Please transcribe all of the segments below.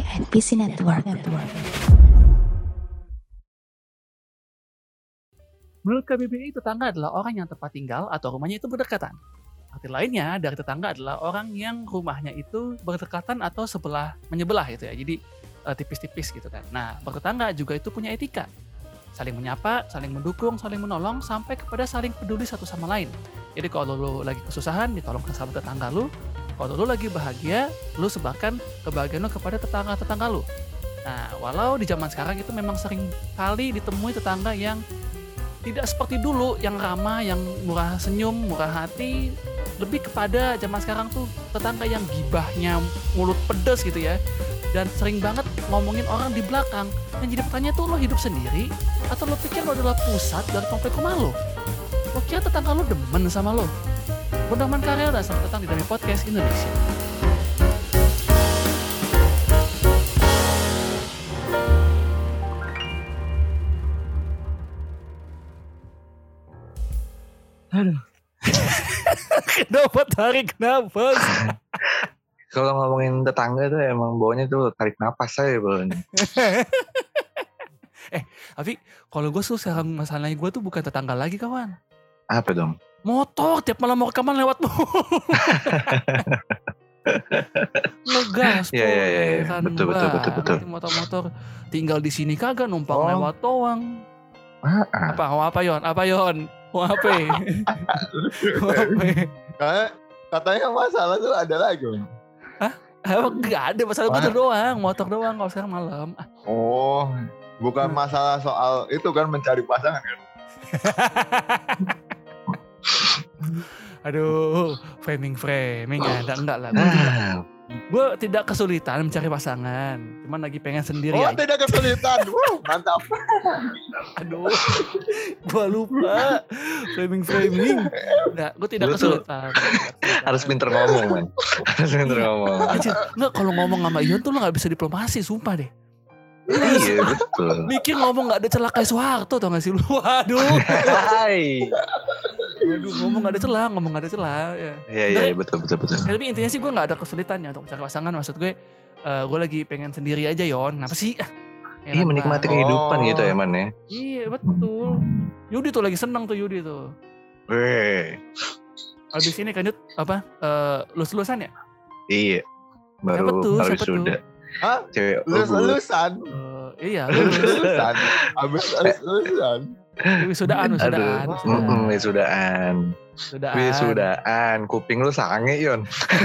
NPC Network. Menurut KBBI, tetangga adalah orang yang tempat tinggal atau rumahnya itu berdekatan. Arti lainnya dari tetangga adalah orang yang rumahnya itu berdekatan atau menyebelah gitu ya. Jadi tipis-tipis gitu kan. Nah, bertetangga juga itu punya etika. Saling menyapa, saling mendukung, saling menolong, sampai kepada saling peduli satu sama lain. Jadi kalau lu lagi kesusahan, ditolong sama tetangga lu. Kalau lu lagi bahagia, lu sebarkan kebahagiaan lu kepada tetangga-tetangga lu. Nah, walau di zaman sekarang itu memang sering kali ditemui tetangga yang tidak seperti dulu, yang ramah, yang murah senyum, murah hati. Lebih kepada zaman sekarang tuh tetangga yang gibahnya mulut pedes gitu ya. Dan sering banget ngomongin orang di belakang. Yang jadi pertanyaan tuh, lo hidup sendiri? Atau lo pikir lo adalah pusat dari komplek rumah lo? Lo kira tetangga lo demen sama lo? Gunawan Karel dan selamat datang di Dami Podcast Indonesia. Aduh. Kenapa tarik nafas? Kalau ngomongin tetangga tuh emang bawanya tuh tarik napas aja bawanya. Tapi kalau gue tuh sekarang masalahnya gue tuh bukan tetangga lagi kawan. Apa dong? Motor tiap malam mau rekaman lewat ngegas tuh. Iya. Kan Betul. Motor-motor tinggal di sini kagak numpang lewat doang. Apa Yon? Mau apa? Katanya masalah tuh ada lagi. Enggak ada masalah motor doang kalau sekarang malam. Oh, bukan masalah soal itu kan mencari pasangan kan? Aduh, framing enggak lah. Gue tidak kesulitan mencari pasangan, cuman lagi pengen sendiri. Oh, tidak kesulitan. Mantap. Aduh, gue lupa framing. Enggak, gue tidak kesulitan. Harus pinter ngomong, man. Enggak, kalau ngomong sama Ion tuh lo nggak bisa diplomasi, sumpah deh. Iya betul. Mikir ngomong nggak ada celah kayak Soeharto, tau gak sih lu? Waduh, ngomong nggak ada celah. Iya betul. Tapi intinya sih gue nggak ada kesulitannya untuk mencari pasangan. Maksud gue lagi pengen sendiri aja Yon. Kenapa sih? Iya menikmati kehidupan gitu ya man ya. Iya betul. Yudi tuh lagi seneng tuh Yudi tuh. Abis ini kan Yud lulus-lulusan ya? Iya. Baru sudah. Hah? Cewek lulusan. Iya, lulusan. Abis lulusan. Wisudaan. Kuping lu sange Yon.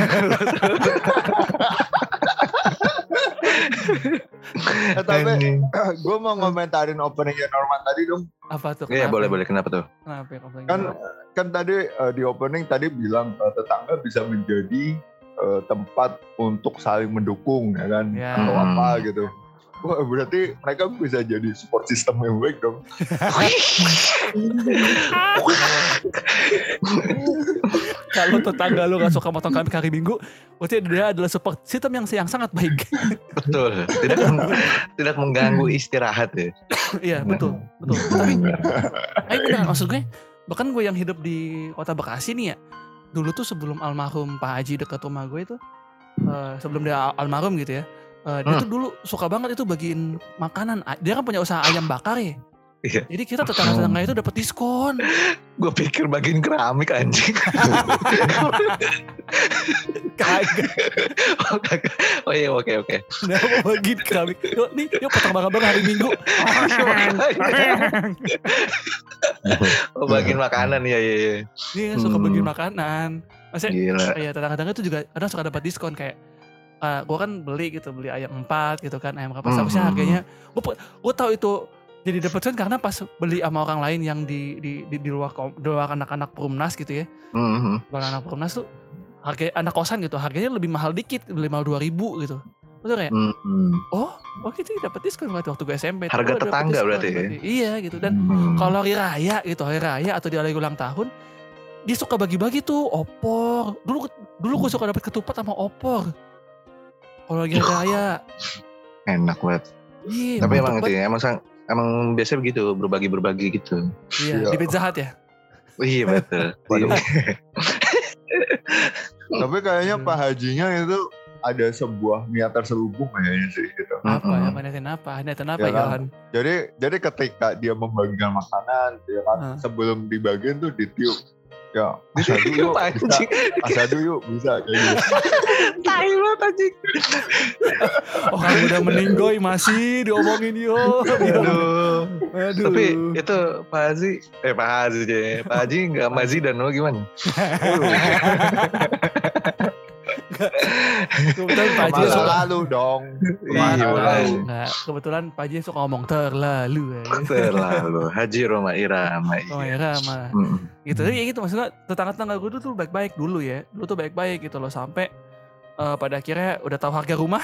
Tapi gue mau ngomentarin openingnya Norman tadi dong. Apa tuh? Iya boleh. Kenapa tuh? Kan tadi di opening tadi bilang tetangga bisa menjadi tempat untuk saling mendukung ya kan, atau apa gitu. Wah, berarti mereka bisa jadi support system yang baik dong. Kalau tetangga lu gak suka motong kambing hari Minggu, berarti dia adalah support system yang sangat baik. Betul. Tidak mengganggu istirahat ya. Iya betul. Tapi benar maksud gue, bahkan gue yang hidup di kota Bekasi nih ya, dulu tuh sebelum almarhum Pak Haji dekat rumah gue itu, sebelum dia almarhum gitu ya, dia tuh dulu suka banget itu bagiin makanan. Dia kan punya usaha ayam bakar ya. Iya. Jadi kita tetangga-tetangga itu dapat diskon. Gue pikir bagiin keramik anjing. Kagak. Oh iya oke. Nah mau bagiin keramik. Yuk potong bakar hari Minggu. Oh bagiin makanan ya. Iya suka bagiin makanan. Maksudnya ya tetangga-tetangga itu juga kadang suka dapat diskon kayak gue kan beli ayam 4 gitu kan, ayam kapas harusnya harganya gue tahu itu jadi dapat diskon karena pas beli sama orang lain yang di luar anak-anak Perumnas gitu ya. Luar anak Perumnas tuh harga anak kosan gitu harganya lebih mahal dikit, lebih mahal 2.000 gitu. Betul kayak oh gitu dapat diskon waktu gue SMP. Harga tetangga berarti ya? Iya gitu. Dan kalau hari raya atau di hari ulang tahun dia suka bagi-bagi tuh opor. Dulu gue suka dapat ketupat sama opor. Kalau lagi raya enak banget. Iya, tapi emang itu ya, emang biasa begitu, berbagi gitu. Iya, di Pizza Hut ya. Iya betul. Tapi kayaknya Pak Hajinya itu ada sebuah niat terselubung kayaknya sih gitu. Apa? Niatan apa Ya kan? Yohan? Jadi ketika dia membagikan makanan, ya kan, sebelum dibagiin tuh ditiup. Ya, asadu yuk, bisa. Asadu yuk, bisa kayak gitu. Tai banget anjing. Orang udah meninggoy masih diomongin yo. Aduh. Aduh. Tapi itu Pak Haji nggak Mazi dan lo gimana? Kebetulan Pak Haji suka lalu dong. Nggak, kebetulan Pak Haji suka ngomong terlalu. Haji Roma Irama. Gitu. Jadi gitu maksudnya tetangga-tetangga gue tuh baik-baik dulu ya. Dulu tuh baik-baik gitu loh sampai pada akhirnya udah tahu harga rumah.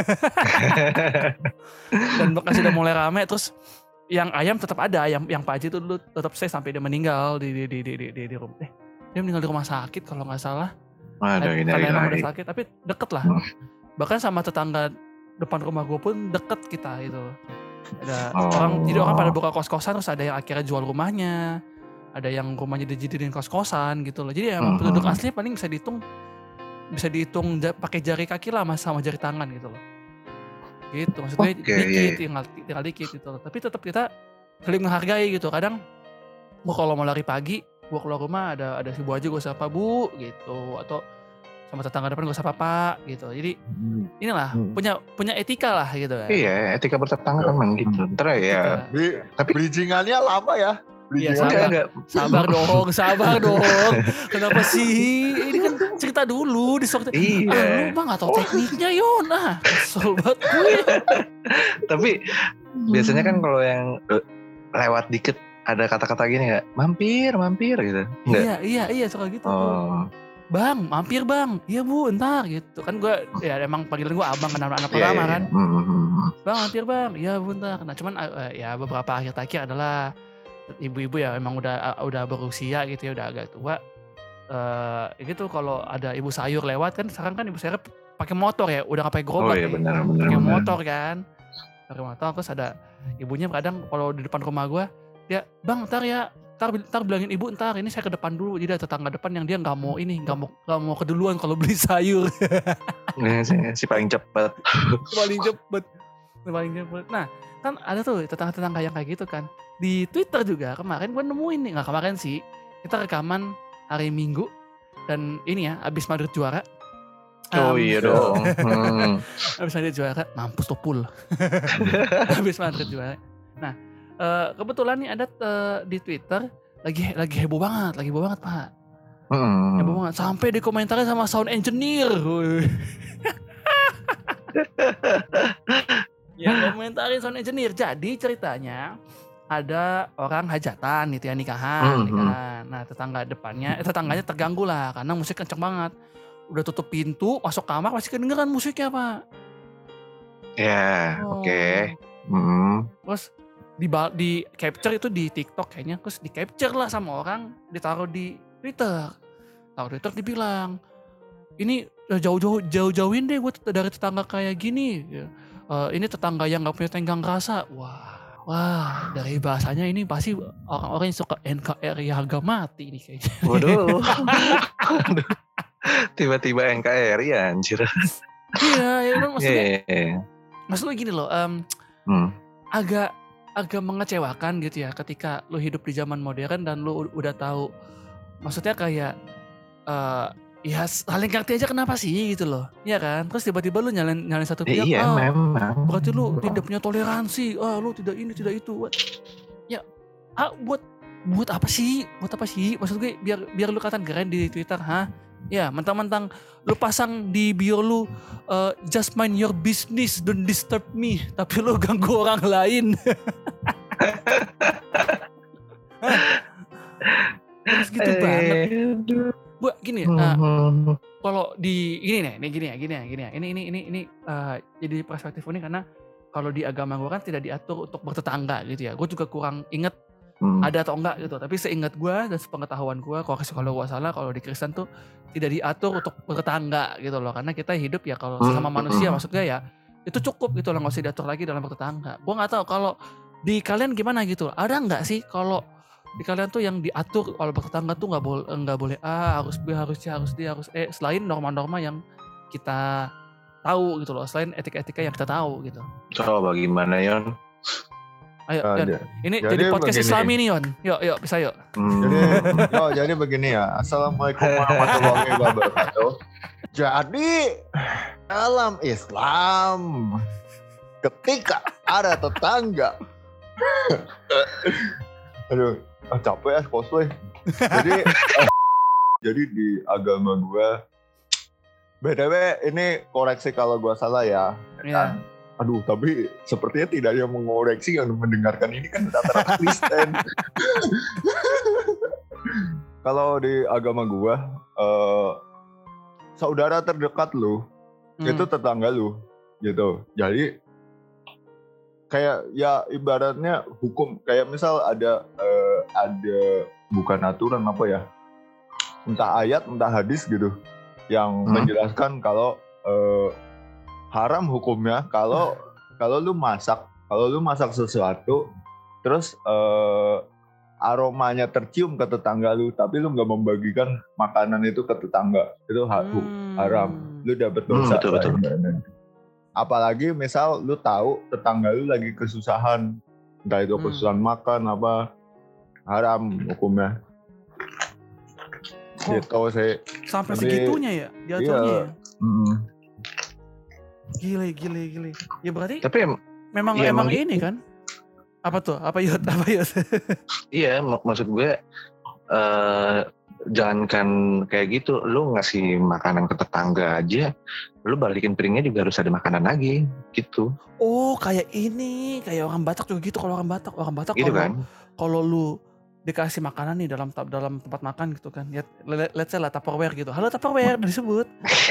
Dan bekas udah mulai rame terus yang ayam tetap ada, yang Pak Haji tuh dulu tetap stay sampai dia meninggal di rumah. Dia meninggal di rumah sakit kalau nggak salah. Karena emang udah sakit, tapi deket lah. Bahkan sama tetangga depan rumah gue pun deket kita gitu. Ada jadi orang pada buka kos-kosan, terus ada yang akhirnya jual rumahnya, ada yang rumahnya dijadiin kos-kosan gitu loh. Jadi emang penduduk aslinya paling bisa dihitung pakai jari kaki lah sama jari tangan gitu loh. Gitu maksudnya dikit, tinggal dikit gitu loh. Tapi tetap kita saling menghargai gitu. Kadang gue kalau mau lari pagi, gue keluar rumah ada si Bu aja gue sapa Bu gitu, atau sama tetangga depan gue sapa Pak gitu. Jadi inilah punya etika lah gitu kan. Iya, etika bertetangga kan memang gitu. Ntar ya. Tapi bridgingannya lama ya. Iya, sabar dong. Kenapa sih? Ini kan cerita dulu di sok. Lu mah gak tau tekniknya Yon. Kesel banget gue. Tapi biasanya kan kalau yang lewat dikit ada kata-kata gini gak? Mampir gitu. Iya suka gitu. Bang, mampir bang. Iya Bu, entar gitu. Kan gue ya emang panggilan gue abang kan anak pertama kan. Bang, mampir bang. Iya Bu, entar. Nah cuman ya beberapa akhir-akhir adalah ibu-ibu ya emang udah berusia gitu ya, udah agak tua. Gitu kalau ada ibu sayur lewat kan, sekarang kan ibu sayur pakai motor ya, udah nggak pakai gerobak. Benar. Pakai motor kan. Pakai motor, terus ada ibunya kadang kalau di depan rumah gue, dia bang ntar bilangin ibu ntar ini saya ke depan dulu. Jadi ada tetangga depan yang dia nggak mau keduluan kalau beli sayur. si paling cepat. paling cepat. Nah kan ada tuh tetangga-tetangga yang kayak gitu kan. Di Twitter juga kemarin gue nemuin nih, nggak kemarin sih, kita rekaman hari Minggu dan ini ya abis Madrid juara. Iya dong. Abis Madrid juara, mampus tuh pul. Abis Madrid juara. Nah kebetulan nih ada di Twitter lagi heboh banget Pak. Heboh banget sampai dikomentarin sama sound engineer. Yang komentarin sound engineer. Jadi ceritanya ada orang hajatan gitu ya, nikahan. Nah tetangganya terganggu lah karena musik kenceng banget. Udah tutup pintu, masuk kamar masih kedengeran musiknya Pak. Ya, oke. Terus di capture itu di TikTok kayaknya, terus di capture lah sama orang, ditaruh di Twitter. Twitter dibilang, ini jauh-jauhin deh gue dari tetangga kayak gini. Ini tetangga yang nggak punya tenggang rasa. Wah, dari bahasanya ini pasti orang-orang yang suka NKRI harga mati ini kayaknya. Waduh. Tiba-tiba NKRI anjir. Iya, maksudnya gini loh, agak mengecewakan gitu ya ketika lu hidup di zaman modern dan lu udah tahu, maksudnya kayak ya saling ngerti aja kenapa sih gitu loh, iya kan? Terus tiba-tiba lu nyalain satu pihak, memang. Berarti lu tidak punya toleransi, lu tidak ini tidak itu. Ya, buat apa sih? Maksud gue biar lu kelihatan keren di Twitter, Ya, mentang-mentang lu pasang di bio lu just mind your business, don't disturb me, tapi lu ganggu orang lain. Terus gitu banget. Buat gini, kalau di gini ya. Ini jadi perspektif unik karena kalau di agama gue kan tidak diatur untuk bertetangga gitu ya. Gue juga kurang inget ada atau enggak gitu. Tapi seingat gue dan sepengetahuan gue, kalau gue salah, kalau di Kristen tuh tidak diatur untuk bertetangga gitu loh. Karena kita hidup ya kalau sesama manusia, maksudnya ya itu cukup gitu loh, nggak usah diatur lagi dalam bertetangga. Gue nggak tahu kalau di kalian gimana gitu. Ada nggak sih kalau di kalian tuh yang diatur kalau bertetangga tuh nggak boleh A, harus B, harus C, harus D, harus E, selain norma-norma yang kita tahu gitu loh, selain etika-etika yang kita tahu gitu. Coba gimana Yon? Ayo Yon, ini jadi podcast Islami nih Yon. Yuk bisa yuk. Jadi begini ya. Assalamualaikum warahmatullahi wabarakatuh. Jadi dalam Islam ketika ada tetangga, aduh capek ya cosplay. Jadi di agama gue, BTW ini koreksi kalau gue salah ya. Iya. Aduh, tapi sepertinya tidak ada yang mengoreksi yang mendengarkan ini kan rata-rata Kristen. Kalau di agama gue, saudara terdekat lu itu tetangga lu, gitu. Jadi kayak ya ibaratnya hukum, kayak misal ada bukan aturan apa ya, entah ayat entah hadis gitu yang menjelaskan kalau haram hukumnya kalau lu masak sesuatu terus aromanya tercium ke tetangga lu tapi lu nggak membagikan makanan itu ke tetangga, itu haram, lu dapet dosa. Betul. Apalagi misal lu tahu tetangga lu lagi kesusahan, entah itu kesusahan makan apa, haram hukumnya. Gitu sih. Sampai segitunya ya diaturnya. Iya. Gile. Ya berarti tapi memang ini kan. Apa tuh? Apa yut? Iya, maksud gue jangankan kayak gitu, lu ngasih makanan ke tetangga aja, lu balikin piringnya juga harus ada makanan lagi gitu. Oh, kayak orang Batak juga gitu. Kalau orang Batak gitu kan. Kalau lu dikasih makanan nih dalam tempat makan gitu kan, ya let's say lah Tupperware gitu, halo Tupperware disebut.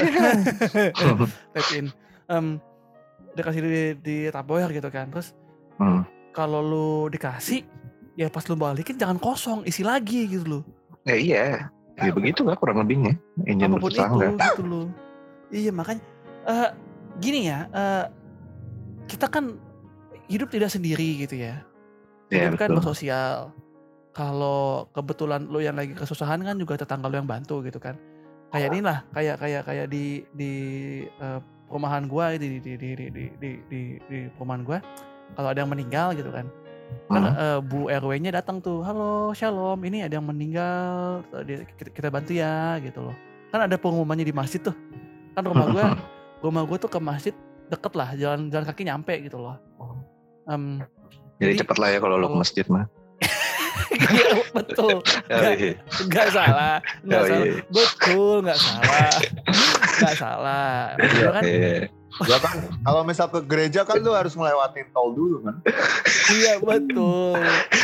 Dikasih di Tupperware gitu kan, terus kalau lu dikasih ya pas lu balikin jangan kosong, isi lagi gitu loh. Ya iya, ya begitu lah kurang lebihnya. Apapun itu gitu loh. Iya makanya gini ya, kita kan hidup tidak sendiri gitu ya. Hidup kan bersosial. Kalau kebetulan lu yang lagi kesusahan kan juga tetangga lu yang bantu gitu kan. Kayak inilah, kayak di perumahan gua, di perumahan gua, kalau ada yang meninggal gitu kan. Kan Bu RW-nya datang tuh, halo Shalom, ini ada yang meninggal, kita bantu ya gitu loh. Kan ada pengumumannya di masjid tuh. Kan rumah gua tuh ke masjid deket lah, jalan kaki nyampe gitu loh. Jadi cepet lah ya kalau lu ke masjid mah. Iya betul, nggak salah. Betul, nggak salah. Kan? Ya kan, kalau misal ke gereja kan lu harus melewati tol dulu kan. Iya betul.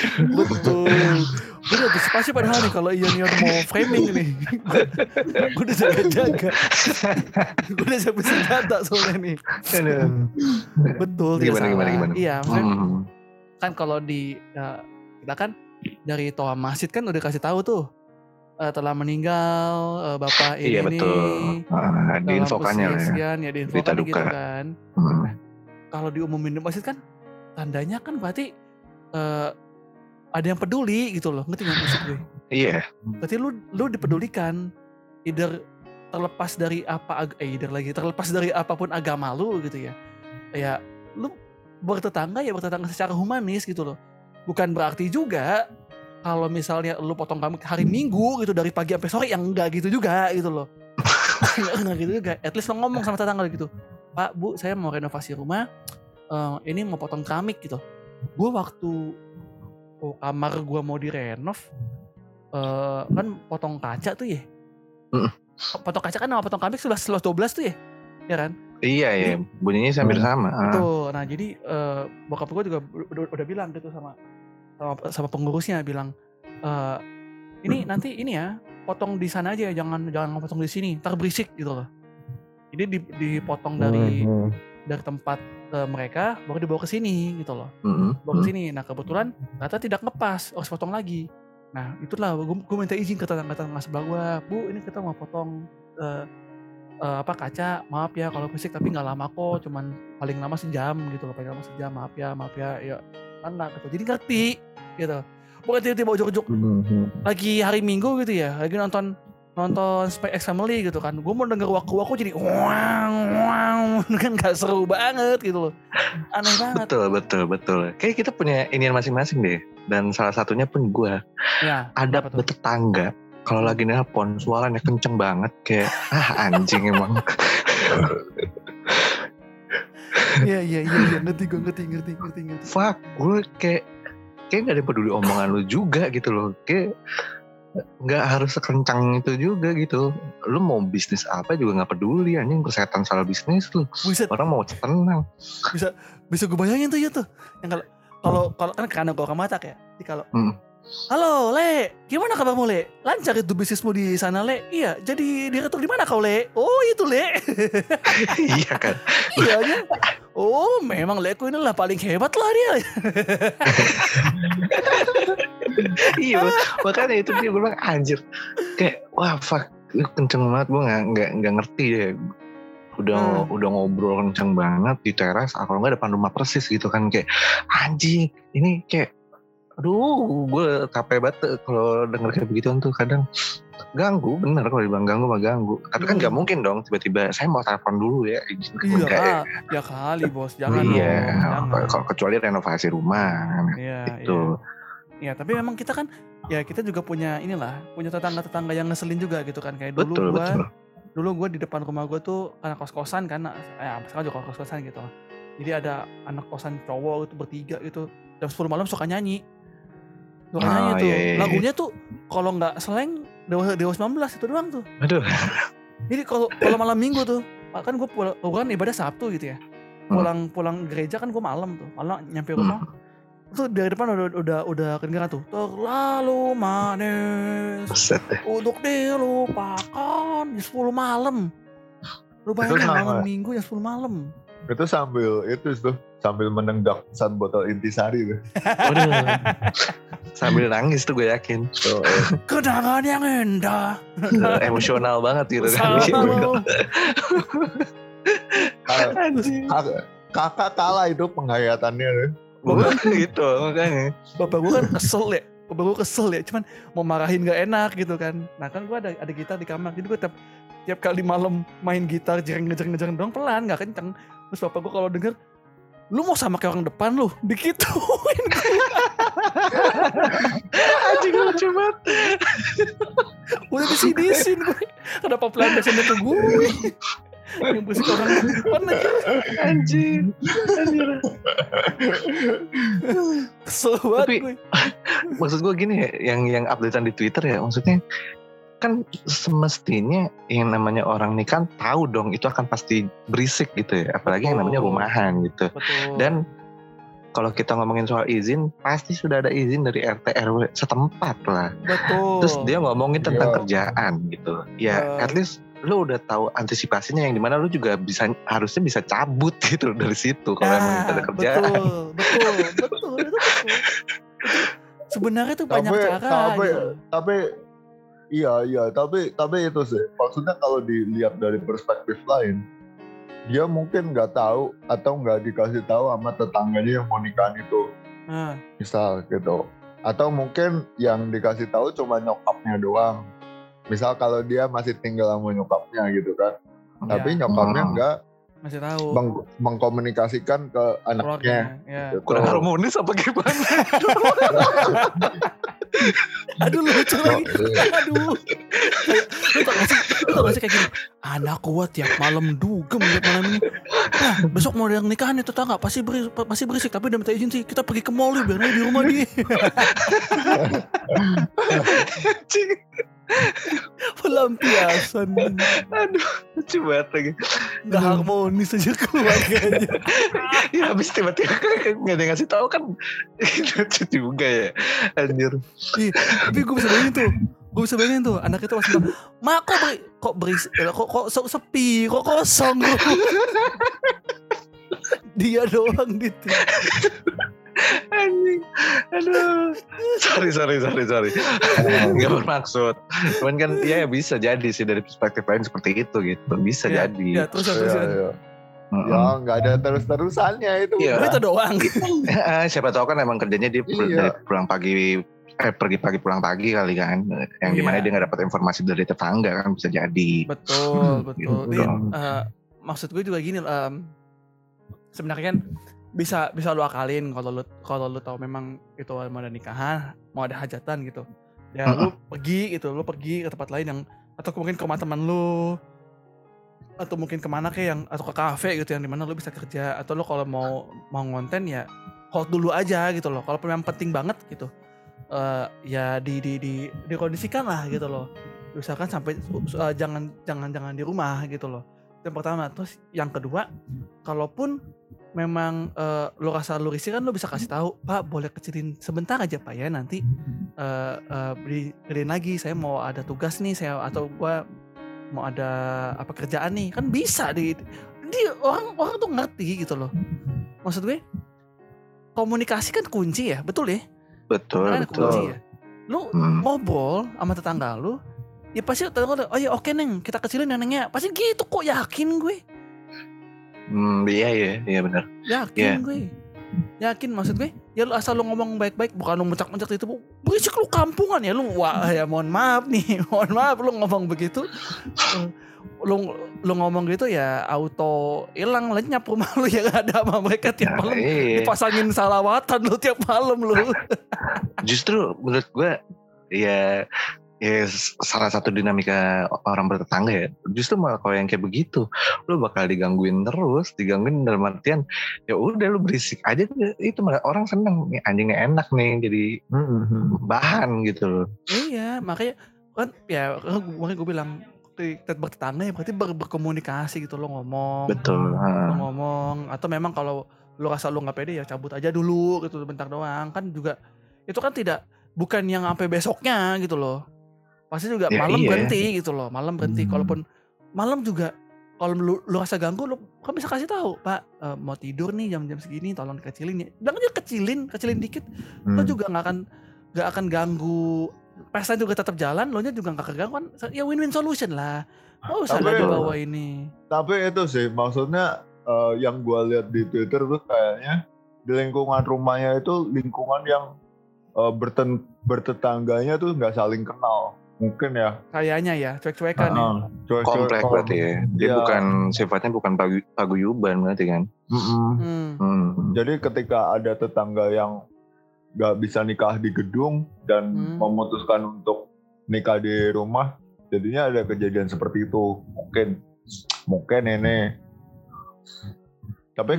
Gue udah antisipasi padahal nih kalau Ion mau framing nih. Gue udah jaga-jaga. Gue udah siapin senjata soalnya nih. Betul. Gimana? Iya, maksudnya kan kalau di kita kan dari toa masjid kan udah kasih tahu tuh telah meninggal bapak ini. Iya betul. Diinfokannya ya. Diinfokan gitu kan. Nah, kalau diumumin di masjid kan tandanya kan berarti ada yang peduli gitu loh, ngerti nggak maksud gue? Iya. Berarti lu dipedulikan, terlepas dari apapun agama lu gitu ya. Ya lu bertetangga secara humanis gitu loh. Bukan berarti juga kalau misalnya lu potong kambing hari Minggu gitu dari pagi sampai sore, yang enggak gitu juga gitu loh. Enggak gitu juga. At least lo ngomong sama tetangga gitu. Pak, Bu, saya mau renovasi rumah. Ini mau potong keramik gitu. Gue waktu kamar gue mau direnov, kan potong kaca tuh ya. Potong kaca kan sama potong keramik 11-12 tuh ya. Ya kan? Iya ya, bunyinya hampir sama. Tuh, nah jadi bokap gue juga udah bilang gitu sama pengurusnya, bilang ini nanti ini ya potong di sana aja, jangan potong di sini, ntar berisik gitu loh. Jadi dipotong dari tempat mereka baru dibawa ke sini gitu loh. Bawa ke sini. Nah kebetulan ternyata tidak ngepas, harus potong lagi. Nah itulah gue minta izin ke tetangga sebelah gue, Bu ini kita mau potong kaca, maaf ya kalau berisik, tapi nggak lama kok, cuman paling lama sejam gitu loh, maaf ya ya anak gitu. Jadi ngerti gitu, bukan tiba-tiba ujuk-ujuk lagi hari Minggu gitu ya, lagi nonton nonton Spy X Family gitu kan, gue mau denger waku-waku jadi wow kan gak seru banget gitu loh, aneh banget. Betul. Kayak kita punya inian masing-masing deh, dan salah satunya pun gue adab bertetangga. Kalau lagi nelpon suaranya kenceng banget kayak anjing emang. Iya ngerti. Fuck, gue kayak gak ada peduli omongan lu juga gitu loh, kayak nggak harus sekencang itu juga gitu. Lu mau bisnis apa juga nggak peduli, anjing persetan salah bisnis lu. Buset. Orang mau tenang. Bisa gue bayangin tuh ya tuh. Yang kalau kan karena gue orang Batak ya. Jadi kalau halo Le, gimana kabarmu Le? Lancar itu bisnismu di sana Le? Iya, jadi direktur di mana kau Le? Oh itu Le. Iya kan? Iya ya. Oh memang Le, ku inilah paling hebat lah dia. Iya, makanya itu dia bilang anjir. Kayak wah fuck, kenceng banget, gue nggak ngerti deh. Udah ngobrol kenceng banget di teras, kalau nggak depan rumah persis gitu kan, kayak anjing ini kayak aduh, gue capek banget kalau denger kayak begituan tuh. Kadang ganggu, bener kalau dibilang ganggu mah ganggu. Tapi kan gak mungkin dong tiba-tiba saya mau telepon dulu ya. Iya ya kali bos, jangan kalau kecuali renovasi rumah gitu. Iya, tapi memang kita kan ya kita juga punya tetangga-tetangga yang ngeselin juga gitu kan. Kayak dulu gue di depan rumah gue tuh anak kos-kosan kan, sekarang juga kos-kosan gitu. Jadi ada anak kosan cowok itu bertiga gitu, jam 10 malam suka nyanyi. Lagunya tuh kalau nggak Slank Dewa 19 itu doang tuh. Aduh. Jadi kalau malam minggu tuh, kan gue pulang ibadah Sabtu gitu ya. Pulang gereja kan gue malam nyampe rumah. Tuh dari depan udah kedengeran tuh. Terlalu manis untuk dilupakan di 10 malam. Lu bayangin malam minggu yang 10 malam. Itu sambil menenggak pesan botol intisari tuh. Sambil nangis tuh gue yakin. Kenangan yang indah. Emosional banget gitu kan. Kakak kalah itu penghayatannya. Gitu makanya. Bapak gue kan kesel ya. Cuman mau marahin gak enak gitu kan. Nah kan gue ada gitar di kamar. Jadi gue tiap kali malam main gitar ngejar doang pelan gak kenceng. Terus bapak gue kalau denger, lu mau sama kayak orang depan lu, dikituin gue. Anjing lucu banget. Udah disinisin gue. Kenapa pelan-pelan itu gue? Yang musik orang depan aja. Anjing. Kesel banget gue. Maksud gue gini ya, yang updatean di Twitter ya, maksudnya kan semestinya yang namanya orang nih kan tahu dong itu akan pasti berisik gitu ya, apalagi yang namanya rumahan gitu. Dan kalau kita ngomongin soal izin, pasti sudah ada izin dari RT RW setempat lah. Terus dia ngomongin tentang kerjaan gitu ya, at least lu udah tahu antisipasinya, yang dimana lu juga harusnya bisa cabut gitu dari situ kalau emang ada kerjaan. Betul. Sebenarnya tuh banyak cara gitu. Tapi itu sih, maksudnya kalau dilihat dari perspektif lain, dia mungkin nggak tahu atau nggak dikasih tahu sama tetangganya yang mau nikahan itu, misal gitu. Atau mungkin yang dikasih tahu cuma nyokapnya doang. Misal kalau dia masih tinggal sama nyokapnya gitu kan, tapi nyokapnya nggak masih tahu mengkomunikasikan ke anaknya. Gitu. Kurang harmonis apa gimana? Aduh lucu lagi. Aduh. Lu tau gak sih kayak gini, anak gua tiap malam dugem tiap malam ini. Nah besok mau ada yang nikahan itu tau gak, pasti berisik, tapi udah minta izin sih, kita pergi ke mall biar aja di rumah dia. Pelampiasan. Aduh lucu banget lagi. Gak harmonis aja keluarganya. Ya habis tiba-tiba gak ada yang ngasih tahu kan. Lucu juga ya, anjir. Iya, tapi gue bisa bayangin tuh anak itu masih bilang, "Ma kok berisik, kok sepi, kok kosong." Dia doang gitu. Anjing. Aduh. Sorry. Gak bermaksud. Cuman kan ya bisa jadi sih dari perspektif lain seperti itu gitu. Bisa jadi. Ya terus. Ya nggak ada terus-terusannya itu. Ya. Itu doang. Siapa tahu kan emang kerjanya dia dari pulang pagi pergi pagi pulang pagi kali kan, yang dimana dia nggak dapat informasi dari tetangga kan, bisa jadi. Betul. Gitu. Maksud gue juga gini, sebenarnya kan bisa lu akalin kalau lu tahu memang itu mau ada nikahan, mau ada hajatan gitu. Ya lu pergi ke tempat lain yang, atau mungkin ke rumah teman lu, atau mungkin kemana kayak yang, atau ke kafe gitu yang dimana lu bisa kerja, atau lu kalau mau ngonten ya hold dulu aja gitu loh. Kalau memang penting banget gitu, ya dikondisikan lah gitu loh. Usahakan sampai jangan di rumah gitu loh. Yang pertama. Terus yang kedua, kalaupun memang lu rasa lu risih kan, lu bisa kasih tahu, Pak boleh kecilin sebentar aja Pak ya, nanti beliin lagi, saya mau ada tugas nih, atau gua mau ada apa kerjaan nih, kan bisa di orang tuh ngerti gitu loh. Maksud gue komunikasi kan kunci ya, betul ya? Betul. Kunci ya. Lu ngobrol sama tetangga lu, ya pasti tetangga, oh ya oke Neng, kita kecilin neneknya, pasti gitu kok, yakin gue. Iya benar. Yakin gue. Yakin, maksud gue ya lu asal lu ngomong baik-baik, bukan lu mencak-mencak itu, berisik lu kampungan ya lu. Wah ya mohon maaf lu ngomong begitu, lu ngomong gitu ya auto hilang lenyap rumah lu yang ada sama mereka tiap malam. Dipasangin salawatan lu tiap malam lu. Justru menurut gue ya salah satu dinamika orang bertetangga ya, justru malah kalau yang kayak begitu lu bakal digangguin dalam artian ya udah lu berisik aja, itu malah orang seneng nih, anjingnya enak nih jadi bahan gitu loh. Iya, makanya kan ya makanya gue bilang bertetangga ya berarti berkomunikasi gitu, lo ngomong. Betul. Lo ngomong, atau memang kalau lo rasa lo nggak pede ya cabut aja dulu gitu, bentar doang kan, juga itu kan bukan yang sampai besoknya gitu loh. Pasti juga malam berhenti gitu loh, malam berhenti. Kalaupun malam juga, kalau lu rasa ganggu, lu kan bisa kasih tahu, Pak mau tidur nih jam-jam segini, tolong kecilin ya. Bilang aja kecilin dikit. Lo juga nggak akan ganggu, pesta juga tetap jalan, lo nya juga nggak keganggu kan, ya win-win solution lah. Nggak usah lah dibawa ini. Tapi itu sih maksudnya yang gue lihat di Twitter tuh kayaknya di lingkungan rumahnya itu lingkungan yang bertetangganya tuh nggak saling kenal. Mungkin ya. Kayaknya ya, cuek-cuekan ya. Komplek berarti ya. Dia sifatnya bukan paguyuban berarti kan. Jadi ketika ada tetangga yang gak bisa nikah di gedung dan memutuskan untuk nikah di rumah, jadinya ada kejadian seperti itu. Mungkin ini. Tapi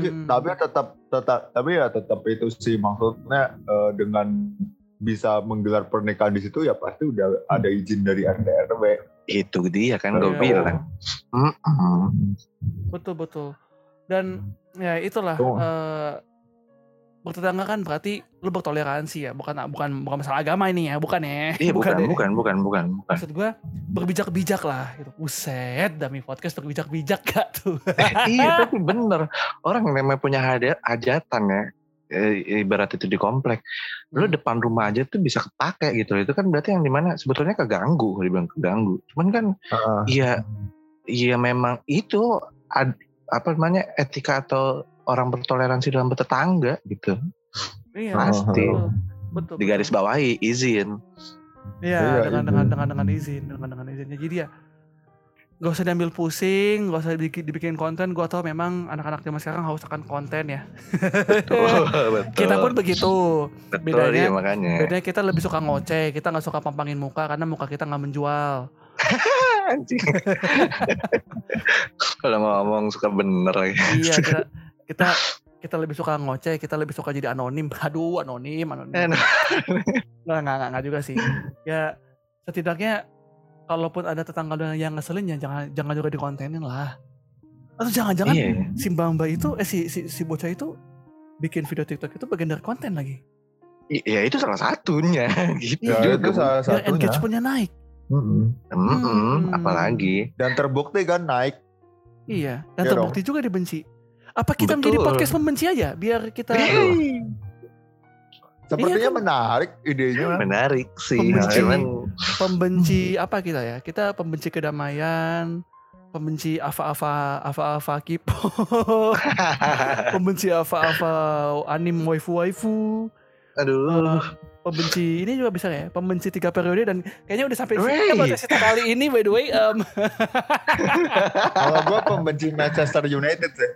tetap itu sih, maksudnya dengan bisa menggelar pernikahan di situ ya pasti udah ada izin dari RT RW. Itu dia kan gue bilang. Betul. Dan ya itulah bertetangga kan berarti lu bertoleransi ya, bukan masalah agama ini ya, bukan ya. Iya, bukan. Maksud gue berbijak-bijak lah gitu. Buset, Dami Podcast berbijak-bijak gak tuh? Iya, tapi bener. Orang memang punya hajatan ya. Ibarat itu di komplek, lu depan rumah aja tuh bisa kepake gitu. Itu kan berarti yang dimana sebetulnya keganggu, dibilang keganggu. Cuman kan iya memang itu etika atau orang bertoleransi dalam bertetangga gitu. Iya, pasti. Betul. Di garis bawahi izin. Iya, dengan izinnya. Jadi ya gak usah diambil pusing, gak usah dibikin konten. Gue tau memang anak-anak zaman sekarang haus akan konten ya. Betul. Kita pun begitu. Betul, makanya. Bedanya kita lebih suka ngoceh, kita gak suka pampangin muka karena muka kita gak menjual. Anjing. Kalau ngomong suka bener ya. Iya, kita lebih suka ngoceh, kita lebih suka jadi anonim. Aduh, anonim. Nggak juga sih. Ya setidaknya kalaupun ada tetangga yang ngeselin ya jangan juga dikontenin lah. Atau jangan-jangan si Mbak itu si bocah itu bikin video TikTok itu bagian dari konten lagi. Iya, itu salah satunya gitu. Ya, itu salah satunya. Engagementnya naik. Apalagi. Dan terbukti kan naik. Iya, dan terbukti juga dibenci. Apa kita menjadi podcast membenci aja biar kita Sepertinya menarik idenya. Menarik sih. Pembenci apa kita ya? Kita pembenci kedamaian, pembenci apa K-pop, pembenci apa anim waifu. Aduh. pembenci ini juga bisa ya, pembenci 3 periode dan kayaknya udah sampai sini podcast kita kali ini by the way. Kalau gue pembenci Manchester United sih.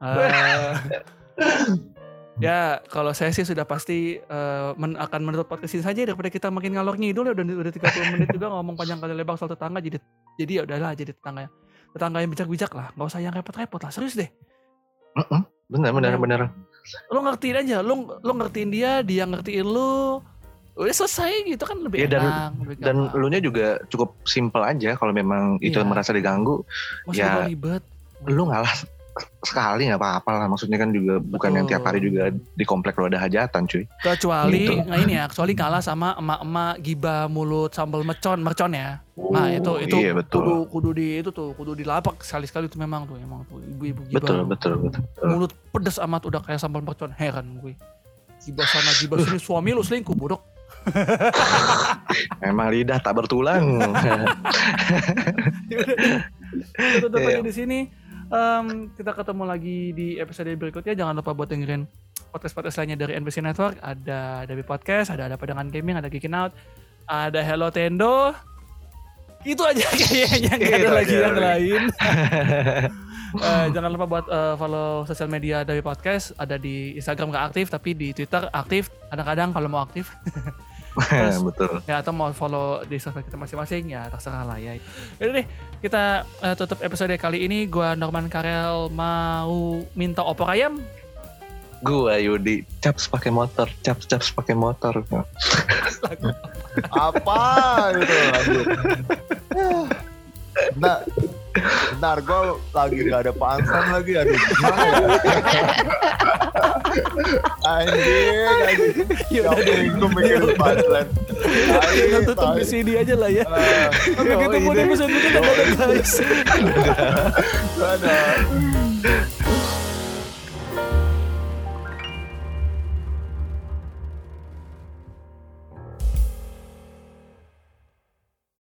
Ya kalau saya sih sudah pasti akan menutup podcast ini saja daripada kita makin ngalor ngidul ya, udah 30 menit juga ngomong panjang kali lebar soal tetangga, jadi ya udahlah jadi tetangga yang bijak-bijak lah, nggak usah yang repot-repot lah, serius deh. Bener. Lu ngertiin aja, lu ngertiin dia ngertiin lu, udah selesai gitu kan, lebih enak. Dan lu nya juga cukup simple aja kalau memang itu merasa diganggu. Maksudnya ribet. Lu ngalah sekali nggak apa-apa lah, maksudnya kan juga bukan yang tiap hari juga di komplek lo ada hajatan cuy. Kecuali kecuali kalah sama emak-emak gibah mulut sambal mercon ya. Nah itu iya, kudu dilapak sekali-sekali tuh memang tuh ibu-ibu gibah. Betul. Mulut pedes amat udah kayak sambal mercon, heran gue. Gibah sana gibah sini, suami lu selingkuh bodoh. Memang lidah tak bertulang. Tutup aja di sini. Kita ketemu lagi di episode berikutnya. Jangan lupa buat dengerin podcast lainnya dari NPC Network. Ada Dabi Podcast, ada Padangan Gaming, ada Geekin Out, ada Hello Tendo. Itu aja kayaknya, nggak ada lagi yang lain. Jangan lupa buat follow sosial media Dabi Podcast. Ada di Instagram nggak aktif, tapi di Twitter aktif. Kadang-kadang kalau mau aktif. Terus, betul. Ya atau mau follow di sosmed kita masing-masing ya terserah lah ya. Jadi deh kita tutup episode kali ini. Gua Norman Karel mau minta opor ayam. Gua Yudi caps pakai motor. Apa itu lanjut. Bentar, gue lagi gak ada pangsan lagi, aduh gimana ya? Anjing. Yaudah deh, gue mikir pangsan. Kita tutup di sini aja lah ya. Sampai ketemu di episode berikutnya, guys. Dadah.